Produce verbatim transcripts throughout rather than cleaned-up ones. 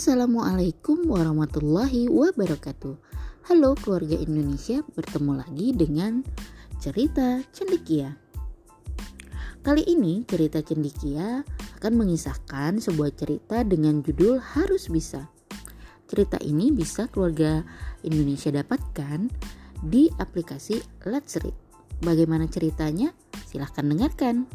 Assalamualaikum warahmatullahi wabarakatuh. Halo keluarga Indonesia, bertemu lagi dengan cerita Cendekia. Kali ini cerita Cendekia akan mengisahkan sebuah cerita dengan judul Harus Bisa. Cerita ini bisa keluarga Indonesia dapatkan di aplikasi Let's Read. Bagaimana ceritanya? Silahkan dengarkan.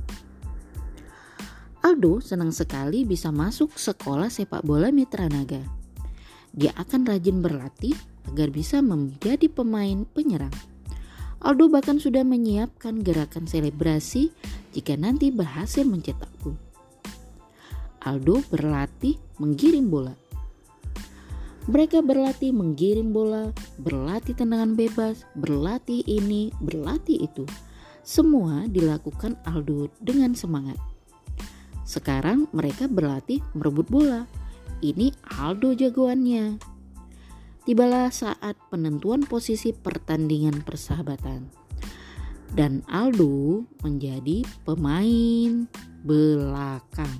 Aldo senang sekali bisa masuk sekolah sepak bola Mitra Naga. Dia akan rajin berlatih agar bisa menjadi pemain penyerang. Aldo bahkan sudah menyiapkan gerakan selebrasi jika nanti berhasil mencetak gol. Aldo berlatih menggiring bola. Mereka berlatih menggiring bola, berlatih tendangan bebas, berlatih ini, berlatih itu. Semua dilakukan Aldo dengan semangat. Sekarang mereka berlatih merebut bola. Ini Aldo jagoannya. Tibalah saat penentuan posisi pertandingan persahabatan. Dan Aldo menjadi pemain belakang.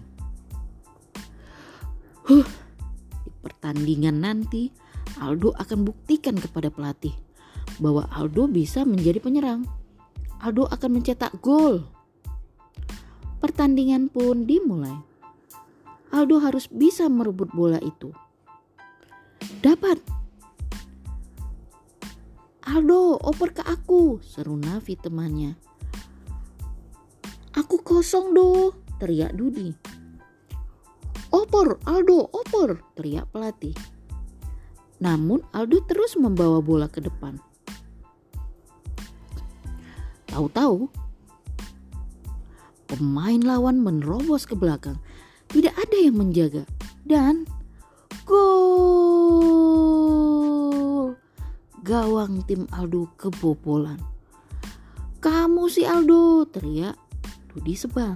Huh, di pertandingan nanti Aldo akan buktikan kepada pelatih bahwa Aldo bisa menjadi penyerang. Aldo akan mencetak gol. Pertandingan pun dimulai. Aldo harus bisa merebut bola itu. Dapat. Aldo, oper ke aku, seru Nafi temannya. Aku kosong do, teriak Dudi. Oper, Aldo, oper, teriak pelatih. Namun Aldo terus membawa bola ke depan. Tahu-tahu pemain lawan menerobos ke belakang. Tidak ada yang menjaga. Dan gol! Gawang tim Aldo kebobolan. Kamu si Aldo, teriak Dudi sebal.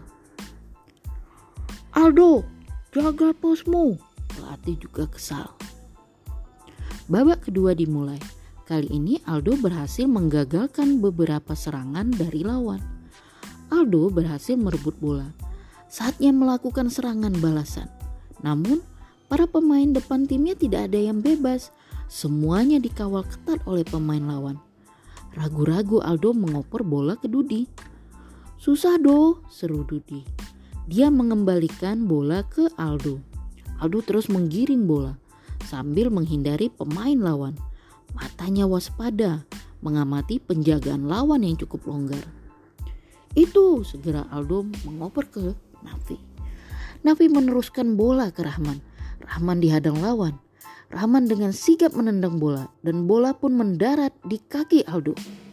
Aldo, jaga posmu. Pelatih juga kesal. Babak kedua dimulai. Kali ini Aldo berhasil menggagalkan beberapa serangan dari lawan. Aldo berhasil merebut bola. Saatnya melakukan serangan balasan. Namun, para pemain depan timnya tidak ada yang bebas. Semuanya dikawal ketat oleh pemain lawan. Ragu-ragu Aldo mengoper bola ke Dudi. Susah do, seru Dudi. Dia mengembalikan bola ke Aldo. Aldo terus menggiring bola sambil menghindari pemain lawan. Matanya waspada mengamati penjagaan lawan yang cukup longgar. Itu segera Aldo mengoper ke Nafi. Nafi meneruskan bola ke Rahman. Rahman dihadang lawan. Rahman dengan sigap menendang bola dan bola pun mendarat di kaki Aldo.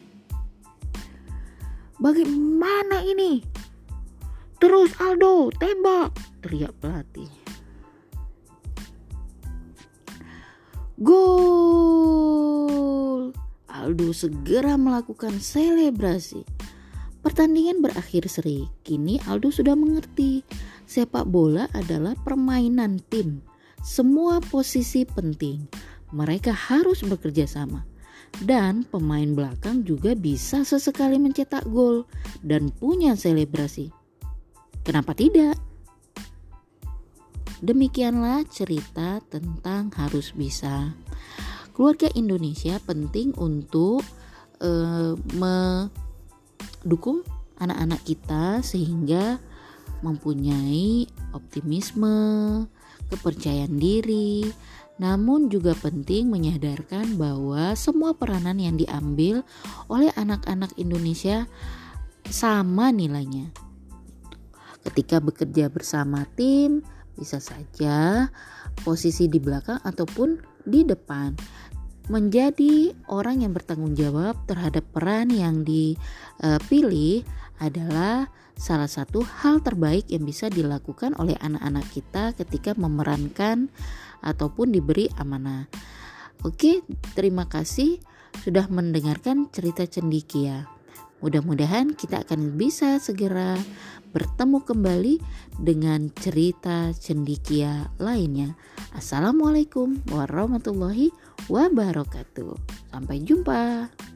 Bagaimana ini? Terus Aldo, tembak, teriak pelatih. Gol! Aldo segera melakukan selebrasi. Pertandingan berakhir seri. Kini Aldo sudah mengerti sepak bola adalah permainan tim. Semua posisi penting. Mereka harus bekerja sama. Dan pemain belakang juga bisa sesekali mencetak gol dan punya selebrasi. Kenapa tidak? Demikianlah cerita tentang Harus Bisa. Keluarga Indonesia penting untuk uh, me dukung anak-anak kita sehingga mempunyai optimisme, kepercayaan diri. Namun juga penting menyadarkan bahwa semua peranan yang diambil oleh anak-anak Indonesia sama nilainya. Ketika bekerja bersama tim, bisa saja posisi di belakang ataupun di depan. Menjadi orang yang bertanggung jawab terhadap peran yang dipilih adalah salah satu hal terbaik yang bisa dilakukan oleh anak-anak kita ketika memerankan ataupun diberi amanah. Oke, terima kasih sudah mendengarkan cerita Cendekia. Mudah-mudahan kita akan bisa segera bertemu kembali dengan cerita Cendekia lainnya. Assalamualaikum warahmatullahi wabarakatuh. Sampai jumpa.